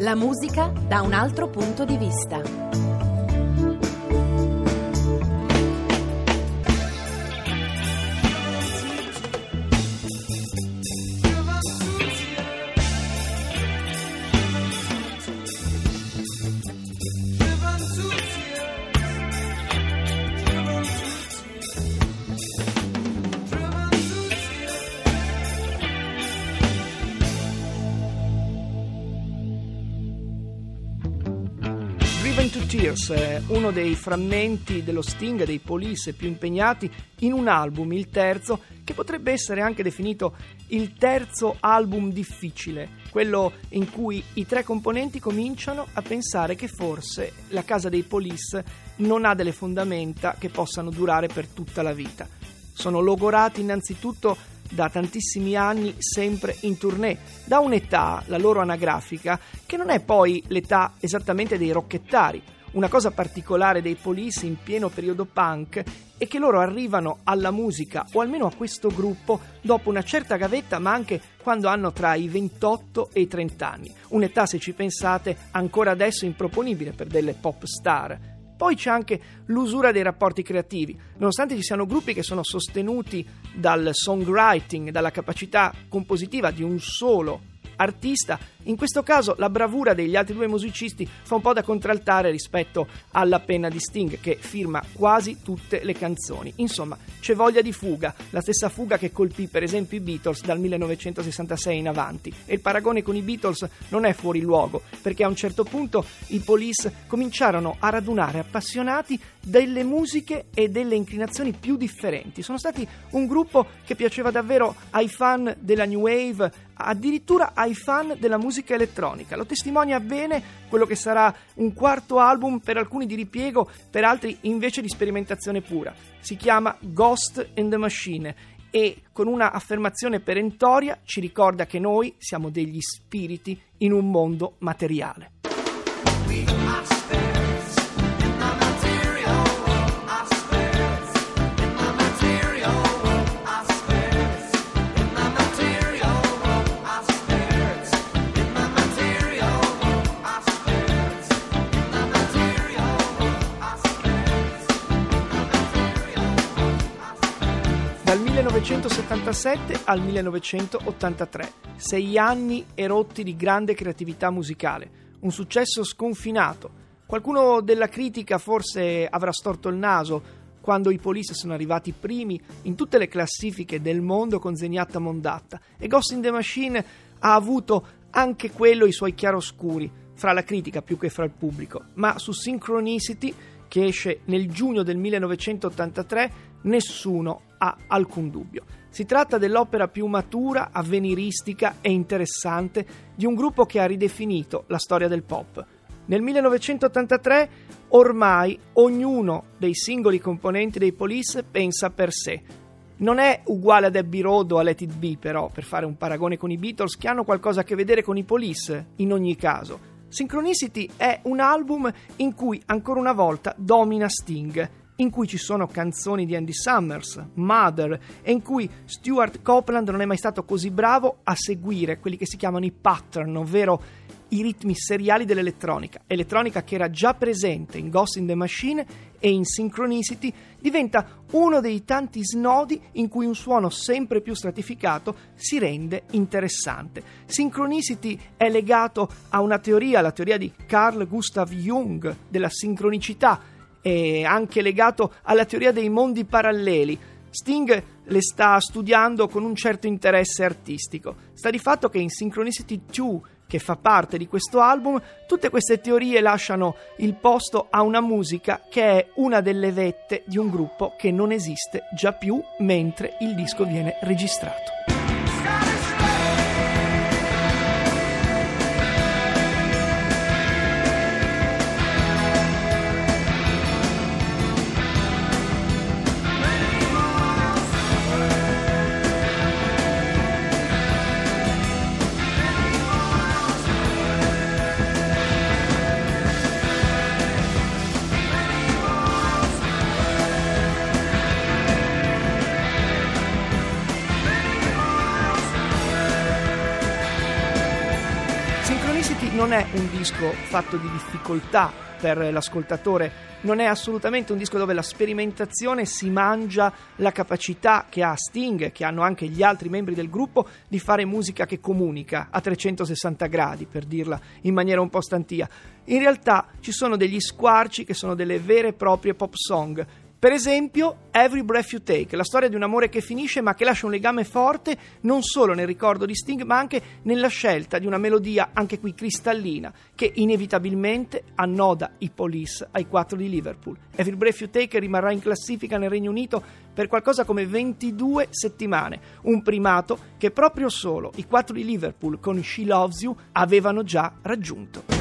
La musica da un altro punto di vista. Driven to Tears è uno dei frammenti dello Sting, dei Police più impegnati in un album, il terzo, che potrebbe essere anche definito il terzo album difficile, quello in cui i tre componenti cominciano a pensare che forse la casa dei Police non ha delle fondamenta che possano durare per tutta la vita. Sono logorati innanzitutto da tantissimi anni sempre in tournée, da un'età, la loro anagrafica, che non è poi l'età esattamente dei rockettari. Una cosa particolare dei Police in pieno periodo punk è che loro arrivano alla musica, o almeno a questo gruppo, dopo una certa gavetta, ma anche quando hanno tra i 28 e i 30 anni. Un'età, se ci pensate, ancora adesso improponibile per delle pop star. Poi c'è anche l'usura dei rapporti creativi. Nonostante ci siano gruppi che sono sostenuti dal songwriting, dalla capacità compositiva di un solo artista, in questo caso la bravura degli altri due musicisti fa un po' da contraltare rispetto alla penna di Sting, che firma quasi tutte le canzoni. Insomma, c'è voglia di fuga, la stessa fuga che colpì per esempio i Beatles dal 1966 in avanti. E il paragone con i Beatles non è fuori luogo, perché a un certo punto i Police cominciarono a radunare appassionati delle musiche e delle inclinazioni più differenti. Sono stati un gruppo che piaceva davvero ai fan della New Wave, addirittura ai fan della musica elettronica. Lo testimonia bene quello che sarà un quarto album, per alcuni di ripiego, per altri invece di sperimentazione pura. Si chiama Ghost in the Machine e con una affermazione perentoria ci ricorda che noi siamo degli spiriti in un mondo materiale. Dal 1977 al 1983, 6 anni erotti di grande creatività musicale, un successo sconfinato. Qualcuno della critica forse avrà storto il naso quando i Police sono arrivati primi in tutte le classifiche del mondo con Zenyatta Mondatta, e Ghost in the Machine ha avuto anche quello i suoi chiaroscuri, fra la critica più che fra il pubblico. Ma su Synchronicity, che esce nel giugno del 1983, nessuno ha alcun dubbio. Si tratta dell'opera più matura, avveniristica e interessante di un gruppo che ha ridefinito la storia del pop. Nel 1983 ormai ognuno dei singoli componenti dei Police pensa per sé. Non è uguale ad Abbey Road o a Let It Be, però, per fare un paragone con i Beatles, che hanno qualcosa a che vedere con i Police in ogni caso. Synchronicity è un album in cui ancora una volta domina Sting, in cui ci sono canzoni di Andy Summers, Mother, e in cui Stuart Copeland non è mai stato così bravo a seguire quelli che si chiamano i pattern, ovvero i ritmi seriali dell'elettronica. Elettronica che era già presente in Ghost in the Machine e in Synchronicity diventa uno dei tanti snodi in cui un suono sempre più stratificato si rende interessante. Synchronicity è legato a una teoria, la teoria di Carl Gustav Jung della sincronicità, e anche legato alla teoria dei mondi paralleli. Sting le sta studiando con un certo interesse artistico. Sta di fatto che in Synchronicity 2, che fa parte di questo album, tutte queste teorie lasciano il posto a una musica che è una delle vette di un gruppo che non esiste già più mentre il disco viene registrato. non è un disco fatto di difficoltà per l'ascoltatore, non è assolutamente un disco dove la sperimentazione si mangia la capacità che ha Sting, che hanno anche gli altri membri del gruppo, di fare musica che comunica a 360 gradi, per dirla in maniera un po' stantia. In realtà ci sono degli squarci che sono delle vere e proprie pop song. Per esempio, Every Breath You Take, la storia di un amore che finisce ma che lascia un legame forte non solo nel ricordo di Sting ma anche nella scelta di una melodia, anche qui cristallina, che inevitabilmente annoda i Police ai 4 di Liverpool. Every Breath You Take rimarrà in classifica nel Regno Unito per qualcosa come 22 settimane, un primato che proprio solo i 4 di Liverpool con She Loves You avevano già raggiunto.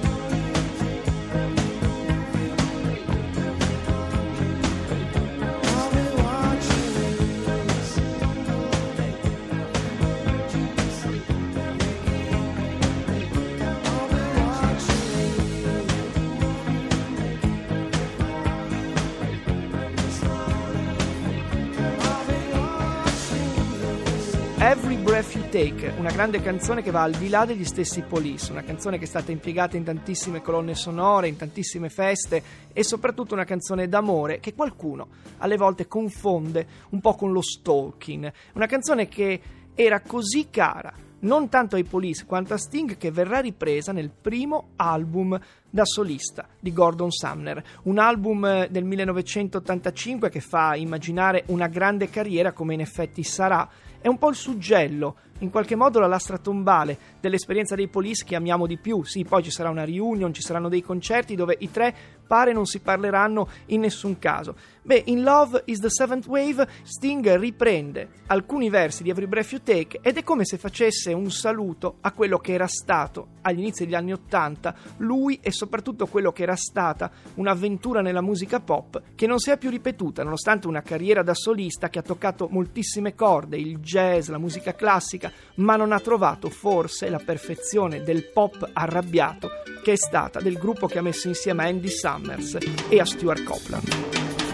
Every Breath You Take, una grande canzone che va al di là degli stessi Police, una canzone che è stata impiegata in tantissime colonne sonore, in tantissime feste e soprattutto una canzone d'amore che qualcuno alle volte confonde un po' con lo stalking, una canzone che era così cara non tanto ai Police quanto a Sting che verrà ripresa nel primo album da solista di Gordon Sumner, un album del 1985 che fa immaginare una grande carriera come in effetti sarà. È un po' il suggello, in qualche modo la lastra tombale dell'esperienza dei Police che amiamo di più. Sì, poi ci sarà una reunion, ci saranno dei concerti dove i tre pare non si parleranno in nessun caso. Beh, in Love is the Seventh Wave Sting riprende alcuni versi di Every Breath You Take ed è come se facesse un saluto a quello che era stato agli inizi degli anni '80 lui e soprattutto quello che era stata un'avventura nella musica pop che non si è più ripetuta nonostante una carriera da solista che ha toccato moltissime corde, il jazz, la musica classica, ma non ha trovato forse la perfezione del pop arrabbiato che è stata del gruppo che ha messo insieme a Andy Summers e a Stuart Copeland.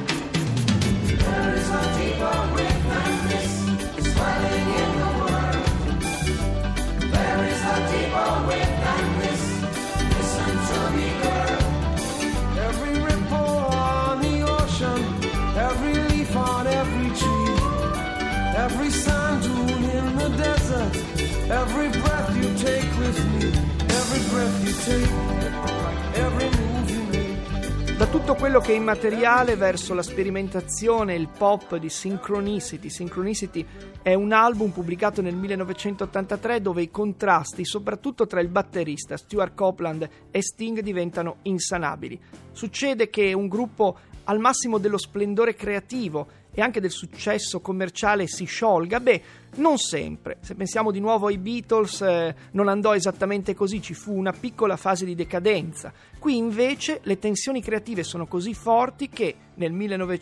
Every sand dune in the desert, every breath you take with me, every breath you take, every move you make. Da tutto quello che è immateriale verso la sperimentazione, il pop di Synchronicity. Synchronicity è un album pubblicato nel 1983 dove i contrasti, soprattutto tra il batterista Stuart Copeland e Sting, diventano insanabili. Succede che un gruppo al massimo dello splendore creativo e anche del successo commerciale si sciolga? Beh, non sempre. Se pensiamo di nuovo ai Beatles, non andò esattamente così, ci fu una piccola fase di decadenza. Qui invece le tensioni creative sono così forti che nel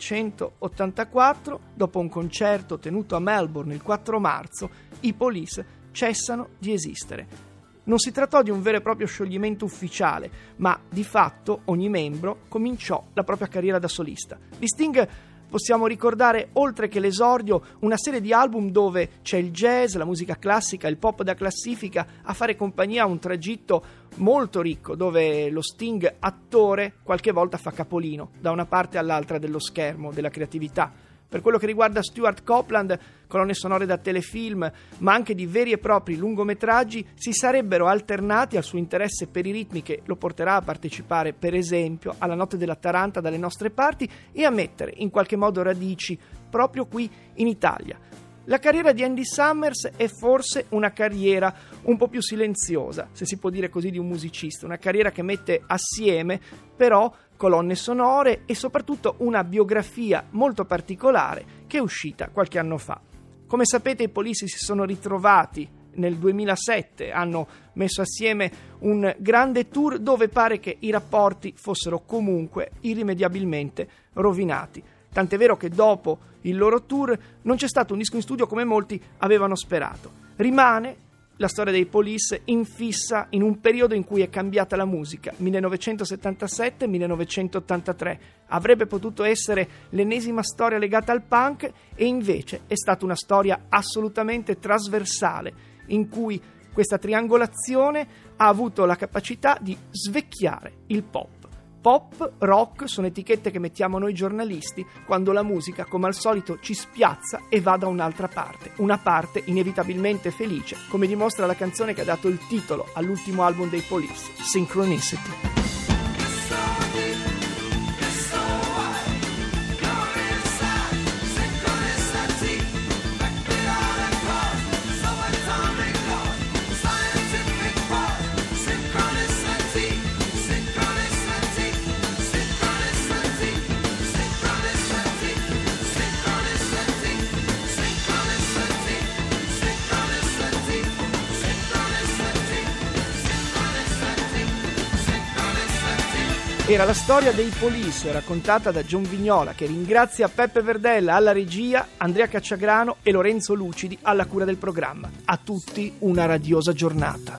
1984, dopo un concerto tenuto a Melbourne il 4 marzo, i Police cessano di esistere. Non si trattò di un vero e proprio scioglimento ufficiale, ma di fatto ogni membro cominciò la propria carriera da solista. Di Sting possiamo ricordare, oltre che l'esordio, una serie di album dove c'è il jazz, la musica classica, il pop da classifica a fare compagnia a un tragitto molto ricco dove lo Sting attore qualche volta fa capolino da una parte all'altra dello schermo, della creatività. Per quello che riguarda Stuart Copeland, colonne sonore da telefilm, ma anche di veri e propri lungometraggi, si sarebbero alternati al suo interesse per i ritmi che lo porterà a partecipare, per esempio, alla Notte della Taranta dalle nostre parti e a mettere in qualche modo radici proprio qui in Italia. La carriera di Andy Summers è forse una carriera un po' più silenziosa, se si può dire così, di un musicista, una carriera che mette assieme però colonne sonore e soprattutto una biografia molto particolare che è uscita qualche anno fa. Come sapete, i Police si sono ritrovati nel 2007, hanno messo assieme un grande tour dove pare che i rapporti fossero comunque irrimediabilmente rovinati. Tant'è vero che dopo il loro tour non c'è stato un disco in studio come molti avevano sperato. Rimane la storia dei Police infissa in un periodo in cui è cambiata la musica, 1977-1983. Avrebbe potuto essere l'ennesima storia legata al punk e invece è stata una storia assolutamente trasversale in cui questa triangolazione ha avuto la capacità di svecchiare il pop. Pop, rock sono etichette che mettiamo noi giornalisti quando la musica, come al solito, ci spiazza e va da un'altra parte. Una parte inevitabilmente felice, come dimostra la canzone che ha dato il titolo all'ultimo album dei Police, Synchronicity. Era la storia dei Police, raccontata da John Vignola, che ringrazia Peppe Verdella alla regia, Andrea Cacciagrano e Lorenzo Lucidi alla cura del programma. A tutti una radiosa giornata.